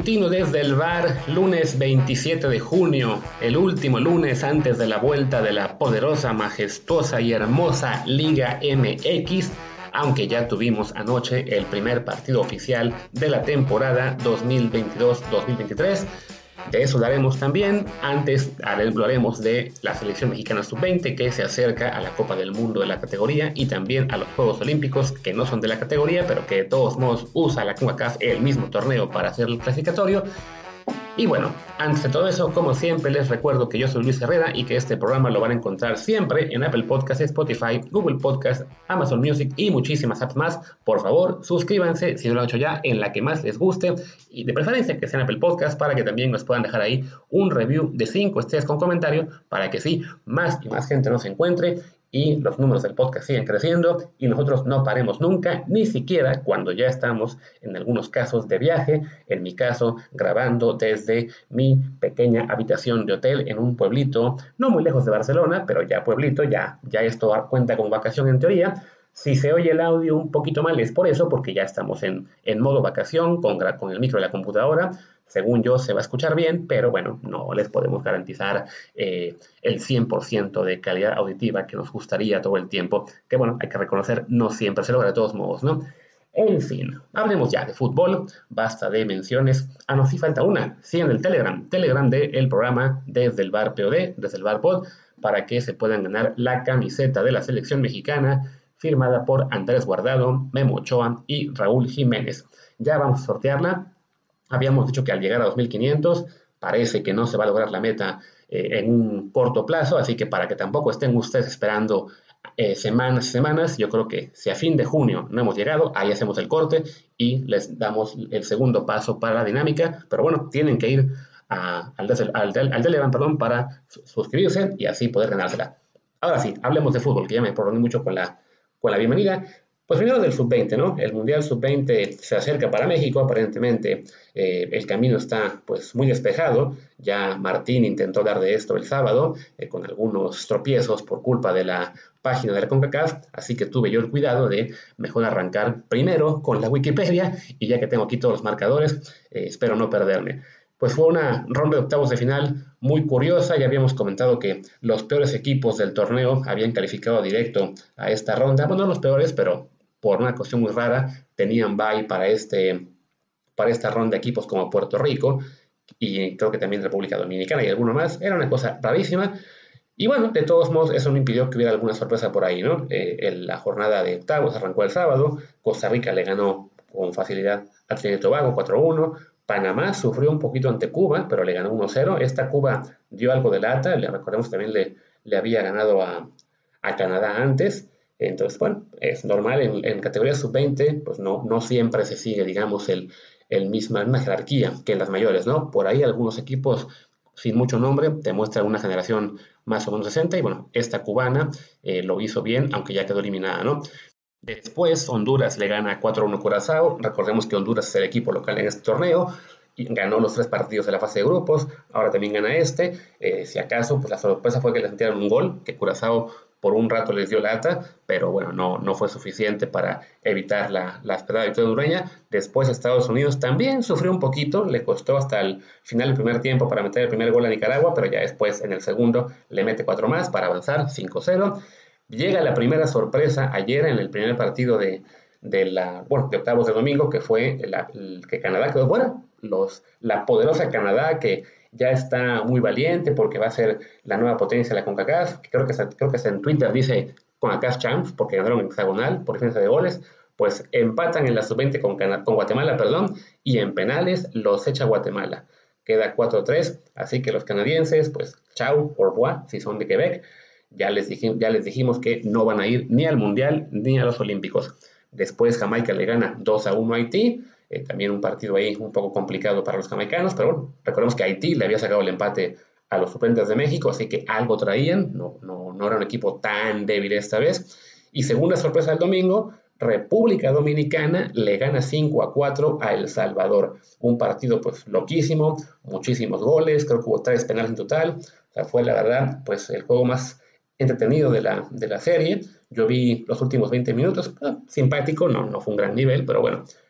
Matutino desde el bar, lunes 27 de junio, el último lunes antes de la vuelta de la poderosa, majestuosa y hermosa Liga MX, aunque ya tuvimos anoche el primer partido oficial de la temporada 2022-2023. De eso hablaremos también. Antes hablaremos de la selección mexicana sub-20 que se acerca a la Copa del Mundo de la categoría y también a los Juegos Olímpicos que no son de la categoría, pero que de todos modos usa la CONCACAF el mismo torneo para hacer el clasificatorio. Y bueno, antes de todo eso, como siempre, les recuerdo que yo soy Luis Herrera y que este programa lo van a encontrar siempre en Apple Podcasts, Spotify, Google Podcasts, Amazon Music y muchísimas apps más. Por favor, suscríbanse si no lo han hecho ya en la que más les guste y de preferencia que sea en Apple Podcasts para que también nos puedan dejar ahí un review de 5 estrellas con comentario para que sí, más y más gente nos encuentre y los números del podcast siguen creciendo y nosotros no paremos nunca, ni siquiera cuando ya estamos en algunos casos de viaje, en mi caso grabando desde mi pequeña habitación de hotel en un pueblito no muy lejos de Barcelona, pero ya pueblito, ya esto cuenta con vacación en teoría. Si se oye el audio un poquito mal es por eso, porque ya estamos en modo vacación con el micro de la computadora. Según yo se va a escuchar bien, pero bueno, no les podemos garantizar el 100% de calidad auditiva que nos gustaría todo el tiempo, que bueno, hay que reconocer, no siempre se logra de todos modos, ¿no? En fin, hablemos ya de fútbol, basta de menciones. Ah, no, sí falta una, sí en el Telegram del programa Desde el Bar POD, Desde el Bar Pod, para que se puedan ganar la camiseta de la selección mexicana, firmada por Andrés Guardado, Memo Ochoa y Raúl Jiménez. Ya vamos a sortearla. Habíamos dicho que al llegar a 2.500 parece que no se va a lograr la meta en un corto plazo, así que para que tampoco estén ustedes esperando semanas y semanas, yo creo que si a fin de junio no hemos llegado, ahí hacemos el corte y les damos el segundo paso para la dinámica, pero bueno, tienen que ir al Telegram, para suscribirse y así poder ganársela. Ahora sí, hablemos de fútbol, que ya me prolongué mucho con la bienvenida. Pues primero del sub-20, ¿no? El Mundial sub-20 se acerca para México, aparentemente el camino está pues muy despejado. Ya Martín intentó dar de esto el sábado, con algunos tropiezos por culpa de la página de la CONCACAF, así que tuve yo el cuidado de mejor arrancar primero con la Wikipedia, y ya que tengo aquí todos los marcadores, espero no perderme. Pues fue una ronda de octavos de final muy curiosa. Ya habíamos comentado que los peores equipos del torneo habían calificado directo a esta ronda. Bueno, no los peores, pero por una cuestión muy rara, tenían bye para esta ronda de equipos como Puerto Rico y creo que también República Dominicana y alguno más. Era una cosa rarísima. Y bueno, de todos modos, eso no impidió que hubiera alguna sorpresa por ahí, ¿no? La jornada de octavos arrancó el sábado. Costa Rica le ganó con facilidad a Trinidad y Tobago 4-1. Panamá sufrió un poquito ante Cuba, pero le ganó 1-0. Esta Cuba dio algo de lata. Recordemos que también le había ganado a Canadá antes. Entonces, bueno, es normal en categoría sub-20, pues no siempre se sigue, digamos, misma jerarquía que en las mayores, ¿no? Por ahí algunos equipos sin mucho nombre te muestran una generación más o menos 60 y bueno, esta cubana lo hizo bien, aunque ya quedó eliminada, ¿no? Después Honduras le gana 4-1 a Curazao. Recordemos que Honduras es el equipo local en este torneo y ganó los 3 partidos de la fase de grupos, ahora también gana este. Si acaso, pues la sorpresa fue que les metieron un gol, que Curazao por un rato les dio lata, pero bueno, no fue suficiente para evitar la esperada victoria hondureña. Después Estados Unidos también sufrió un poquito, le costó hasta el final del primer tiempo para meter el primer gol a Nicaragua, pero ya después en el segundo le mete 4 más para avanzar 5-0. Llega la primera sorpresa ayer en el primer partido de octavos de domingo, que fue que Canadá quedó fuera. La poderosa Canadá, que ya está muy valiente porque va a ser la nueva potencia de la CONCACAF. Creo que hasta en Twitter dice CONCACAF Champs porque ganaron en hexagonal por diferencia de goles. Pues empatan en la sub-20 con Guatemala, y en penales los echa Guatemala. Queda 4-3, así que los canadienses, pues chau, au revoir, si son de Quebec. Ya les dijimos que no van a ir ni al Mundial ni a los Olímpicos. Después Jamaica le gana 2-1 a Haití. También un partido ahí un poco complicado para los jamaicanos, pero bueno, recordemos que Haití le había sacado el empate a los suplentes de México, así que algo traían, no era un equipo tan débil esta vez. Y segunda sorpresa del domingo, República Dominicana le gana 5-4 a El Salvador. Un partido pues loquísimo, muchísimos goles, creo que hubo 3 penales en total. O sea, fue la verdad pues el juego más entretenido de la serie. Yo vi los últimos 20 minutos, simpático, no fue un gran nivel, pero bueno,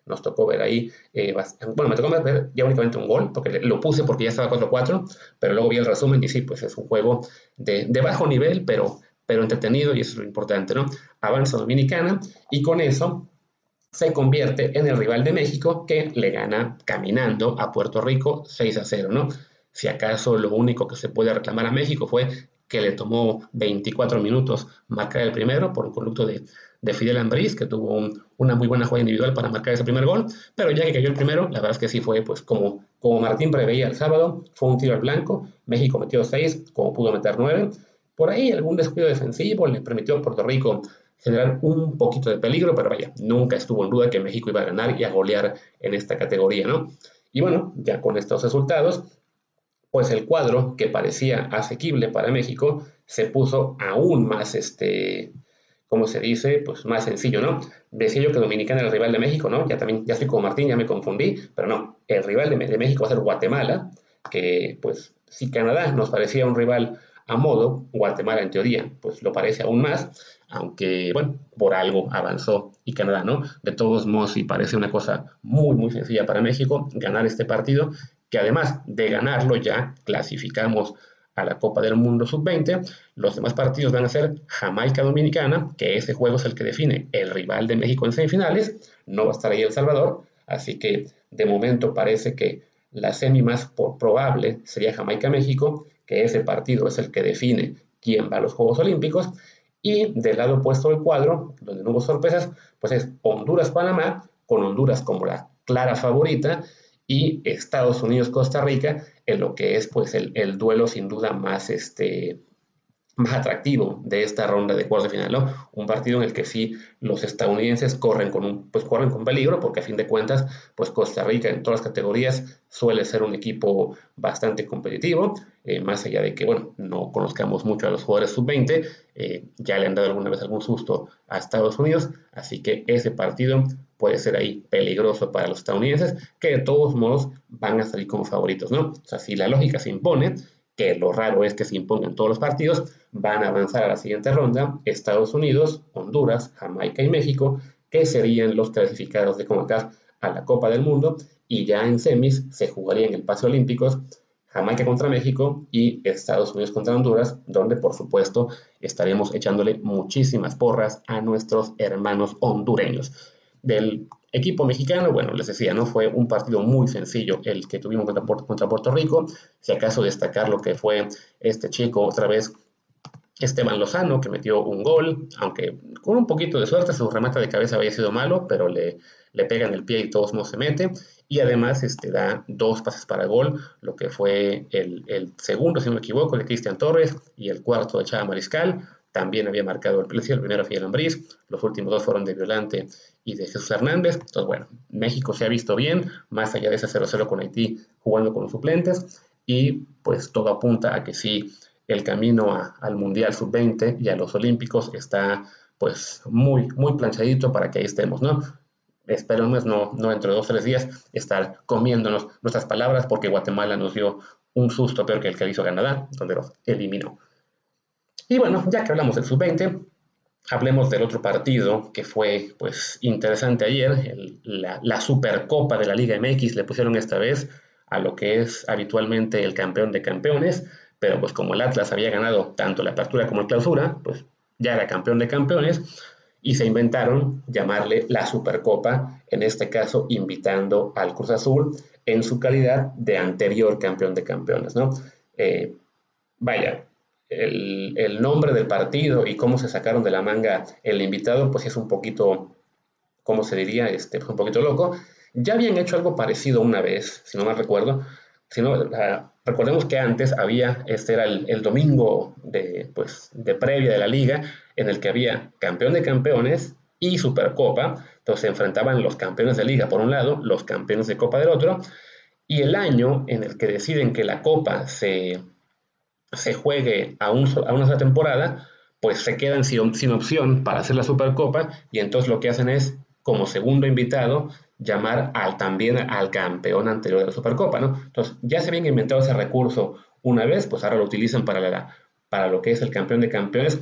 nos tocó ver ahí, bueno, me tocó ver ya únicamente un gol, porque lo puse porque ya estaba 4-4, pero luego vi el resumen y sí, pues es un juego de bajo nivel, pero entretenido, y eso es lo importante, ¿no? Avanza Dominicana y con eso se convierte en el rival de México, que le gana caminando a Puerto Rico 6-0, ¿no? Si acaso lo único que se puede reclamar a México fue que le tomó 24 minutos marcar el primero por un conducto de Fidel Ambriz, que tuvo una muy buena jugada individual para marcar ese primer gol, pero ya que cayó el primero, la verdad es que sí fue pues como Martín preveía el sábado, fue un tiro al blanco. México metió 6, como pudo meter 9. Por ahí algún descuido defensivo le permitió a Puerto Rico generar un poquito de peligro, pero vaya, nunca estuvo en duda que México iba a ganar y a golear en esta categoría, ¿no? Y bueno, ya con estos resultados, pues el cuadro que parecía asequible para México se puso aún más, ¿cómo se dice? Pues más sencillo, ¿no? Decía yo que Dominicana era el rival de México, ¿no? Ya estoy como Martín, ya me confundí, pero no, el rival de México va a ser Guatemala, que pues si Canadá nos parecía un rival a modo, Guatemala en teoría pues lo parece aún más, aunque bueno, por algo avanzó y Canadá, ¿no? De todos modos, sí parece una cosa muy, muy sencilla para México ganar este partido, que además de ganarlo ya clasificamos a la Copa del Mundo Sub-20. Los demás partidos van a ser Jamaica-Dominicana, que ese juego es el que define el rival de México en semifinales. No va a estar ahí El Salvador, así que de momento parece que la semi más probable sería Jamaica-México, que ese partido es el que define quién va a los Juegos Olímpicos. Y del lado opuesto del cuadro, donde no hubo sorpresas, pues es Honduras-Panamá, con Honduras como la clara favorita, y Estados Unidos-Costa Rica, en lo que es pues el duelo sin duda más atractivo de esta ronda de cuartos de final, ¿no? Un partido en el que sí los estadounidenses corren con peligro, porque a fin de cuentas, pues Costa Rica en todas las categorías suele ser un equipo bastante competitivo, más allá de que, bueno, no conozcamos mucho a los jugadores sub-20, ya le han dado alguna vez algún susto a Estados Unidos, así que ese partido puede ser ahí peligroso para los estadounidenses, que de todos modos van a salir como favoritos, ¿no? O sea, si la lógica se impone, que lo raro es que se impongan todos los partidos, van a avanzar a la siguiente ronda Estados Unidos, Honduras, Jamaica y México, que serían los clasificados de CONCACAF a la Copa del Mundo, y ya en semis se jugarían el pase olímpicos Jamaica contra México y Estados Unidos contra Honduras, donde por supuesto estaremos echándole muchísimas porras a nuestros hermanos hondureños. Del equipo mexicano, bueno, les decía, ¿no? Fue un partido muy sencillo el que tuvimos contra Puerto Rico. Si acaso destacar lo que fue este chico, otra vez, Esteban Lozano, que metió un gol, aunque con un poquito de suerte, su remate de cabeza había sido malo, pero le pega en el pie y todos modos se mete. Y además da 2 pases para gol, lo que fue el segundo, si no me equivoco, de Cristian Torres, y el cuarto de Chava Mariscal. También había marcado el primero Fidel Ambriz, los últimos 2 fueron de Violante y de Jesús Hernández. Entonces, bueno, México se ha visto bien, más allá de ese 0-0 con Haití jugando con los suplentes, y pues todo apunta a que sí, el camino al Mundial Sub-20 y a los Olímpicos está pues muy, muy planchadito para que ahí estemos, ¿no? Esperemos no dentro de 2 o 3 días estar comiéndonos nuestras palabras, porque Guatemala nos dio un susto peor que el que hizo Canadá, donde los eliminó. Y bueno, ya que hablamos del Sub-20, hablemos del otro partido que fue pues interesante ayer, la Supercopa de la Liga MX le pusieron esta vez a lo que es habitualmente el campeón de campeones, pero pues como el Atlas había ganado tanto la apertura como la clausura, pues ya era campeón de campeones, y se inventaron llamarle la Supercopa, en este caso invitando al Cruz Azul en su calidad de anterior campeón de campeones, ¿no? Vaya, el nombre del partido y cómo se sacaron de la manga el invitado, pues es un poquito, ¿cómo se diría? Pues un poquito loco. Ya habían hecho algo parecido una vez, si no mal recuerdo. Si no, recordemos que antes este era el domingo de previa de la liga, en el que había campeón de campeones y Supercopa. Entonces se enfrentaban los campeones de liga por un lado, los campeones de copa del otro, y el año en el que deciden que la copa se juegue a una sola temporada, pues se quedan sin opción para hacer la Supercopa, y entonces lo que hacen es, como segundo invitado, llamar también al campeón anterior de la Supercopa, ¿no? Entonces ya se habían inventado ese recurso una vez, pues ahora lo utilizan para lo que es el campeón de campeones,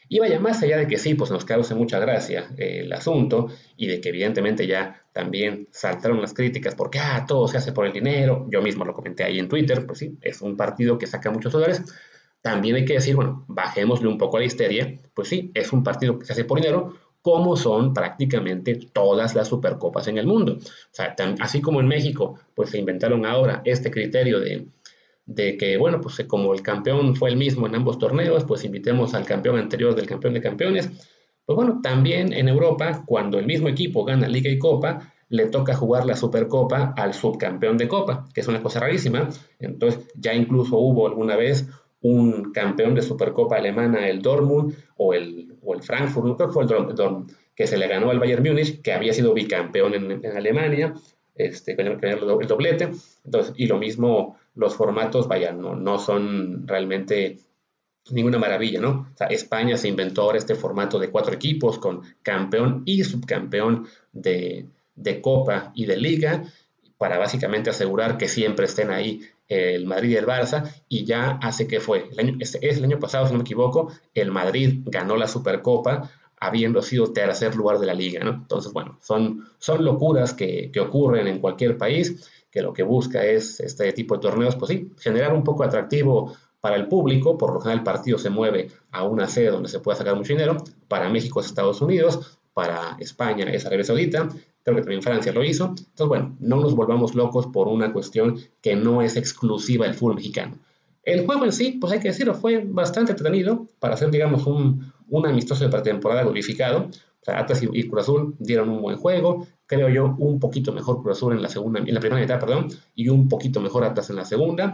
Y vaya, más allá de que sí, pues nos cause mucha gracia el asunto y de que evidentemente ya también saltaron las críticas porque todo se hace por el dinero, yo mismo lo comenté ahí en Twitter, pues sí, es un partido que saca muchos dólares, también hay que decir, bueno, bajémosle un poco a la histeria, pues sí, es un partido que se hace por dinero, como son prácticamente todas las supercopas en el mundo. O sea, así como en México, pues se inventaron ahora este criterio de que, bueno, pues como el campeón fue el mismo en ambos torneos, pues invitemos al campeón anterior del campeón de campeones. Pues bueno, también en Europa, cuando el mismo equipo gana Liga y Copa, le toca jugar la Supercopa al subcampeón de Copa, que es una cosa rarísima. Entonces, ya incluso hubo alguna vez un campeón de Supercopa alemana, el Dortmund, o el Frankfurt, no creo que fue el Dortmund, que se le ganó al Bayern Múnich, que había sido bicampeón en Alemania, con el doblete. Entonces, y lo mismo los formatos, vaya, no son realmente ninguna maravilla, ¿no? O sea, España se inventó ahora este formato de 4 equipos con campeón y subcampeón de Copa y de Liga para básicamente asegurar que siempre estén ahí el Madrid y el Barça, y ya hace que fue, el año pasado, si no me equivoco, el Madrid ganó la Supercopa habiendo sido tercer lugar de la Liga, ¿no? Entonces, bueno, son locuras que ocurren en cualquier país, que lo que busca es este tipo de torneos, pues sí, generar un poco atractivo para el público. Por lo general el partido se mueve a una sede donde se pueda sacar mucho dinero. Para México es Estados Unidos, para España es Arabia Saudita, creo que también Francia lo hizo. Entonces, bueno, no nos volvamos locos por una cuestión que no es exclusiva del fútbol mexicano. El juego en sí, pues hay que decirlo, fue bastante entretenido para hacer, digamos, un amistoso de pretemporada glorificado. O sea, Atlas y Cruz Azul dieron un buen juego, creo yo, un poquito mejor Cruz Azul en la primera mitad, perdón, y un poquito mejor Atlas en la segunda.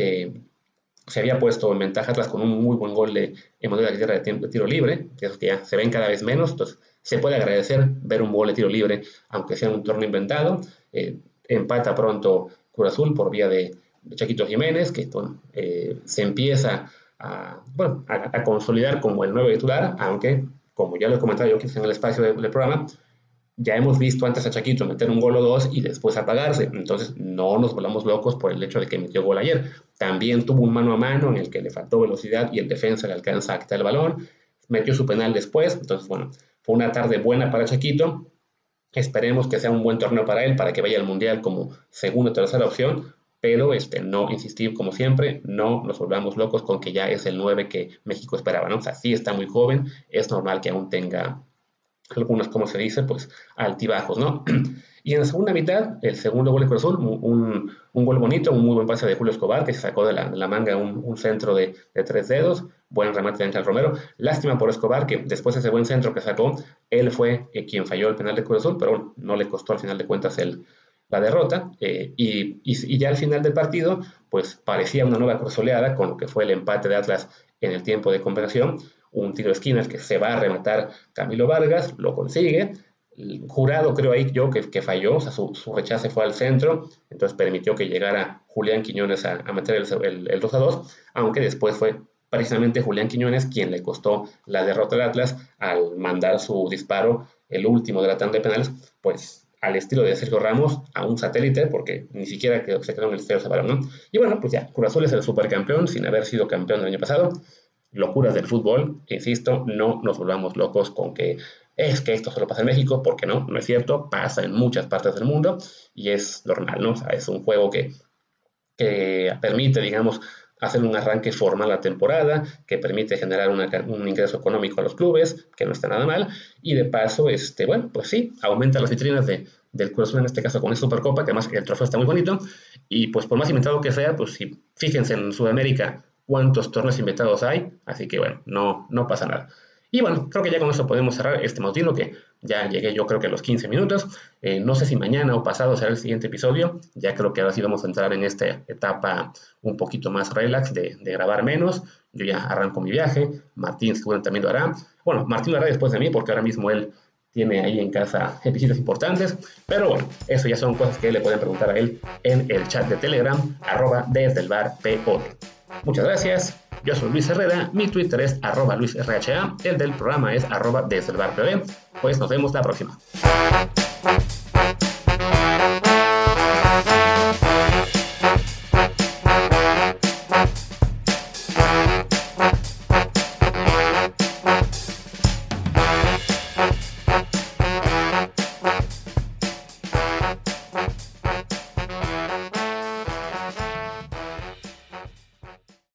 Se había puesto en ventaja Atlas con un muy buen gol de Emanuel Aguilera de tiro libre, que es que ya se ven cada vez menos, entonces se puede agradecer ver un gol de tiro libre, aunque sea un torneo inventado. Empata pronto Cruz Azul por vía de Chaquito Jiménez, que se empieza a consolidar como el nuevo titular, aunque, como ya lo he comentado yo en el espacio del programa, ya hemos visto antes a Chaquito meter un gol o dos y después apagarse. Entonces no nos volvamos locos por el hecho de que metió gol ayer. También tuvo un mano a mano en el que le faltó velocidad y el defensa le alcanza a quitar el balón. Metió su penal después. Entonces, bueno, fue una tarde buena para Chaquito. Esperemos que sea un buen torneo para él, para que vaya al Mundial como segunda o tercera opción. Pero no insistir como siempre, no nos volvamos locos con que ya es el 9 que México esperaba, ¿no? O sea, sí está muy joven, es normal que aún tenga algunos, como se dice, pues altibajos, ¿no? Y en la segunda mitad, el segundo gol de Cruz Azul, un gol bonito, un muy buen pase de Julio Escobar, que se sacó de la manga un centro de 3 dedos, buen remate de Ángel Romero. Lástima por Escobar, que después de ese buen centro que sacó, él fue quien falló el penal de Cruz Azul, pero bueno, no le costó al final de cuentas la derrota, y ya al final del partido, pues parecía una nueva cruzoleada con lo que fue el empate de Atlas en el tiempo de compensación. Un tiro de esquinas que se va a rematar Camilo Vargas, lo consigue. El Jurado, creo ahí yo que falló, o sea, su rechace fue al centro, entonces permitió que llegara Julián Quiñones a meter el 2-2, aunque después fue precisamente Julián Quiñones quien le costó la derrota de Atlas al mandar su disparo, el último de la tanda de penales, pues al estilo de Sergio Ramos, a un satélite, porque ni siquiera se quedó en el estadio Zabalón, ¿no? Y bueno, pues ya, Cruz Azul es el supercampeón sin haber sido campeón el año pasado. Locuras del fútbol, insisto, no nos volvamos locos con que es que esto solo pasa en México, porque no es cierto, pasa en muchas partes del mundo y es normal, ¿no? O sea, es un juego que permite, digamos, hacer un arranque formal a la temporada, que permite generar un ingreso económico a los clubes, que no está nada mal, y de paso, bueno, pues sí, aumenta las vitrinas del Cruz Azul en este caso con esta Supercopa, que además el trofeo está muy bonito, y pues por más inventado que sea, pues sí, fíjense en Sudamérica cuántos torneos inventados hay, así que bueno, no pasa nada. Y bueno, creo que ya con eso podemos cerrar este matutino, que ya llegué yo creo que a los 15 minutos. No sé si mañana o pasado será el siguiente episodio. Ya creo que ahora sí vamos a entrar en esta etapa un poquito más relax de grabar menos. Yo ya arranco mi viaje. Martín seguramente también lo hará. Bueno, Martín lo hará después de mí porque ahora mismo él tiene ahí en casa visitas importantes. Pero bueno, eso ya son cosas que le pueden preguntar a él en el chat de Telegram, @desdelbarpod. Muchas gracias. Yo soy Luis Herrera, mi Twitter es @LuisRHA, el del programa es @desdelbarpod. Pues nos vemos la próxima.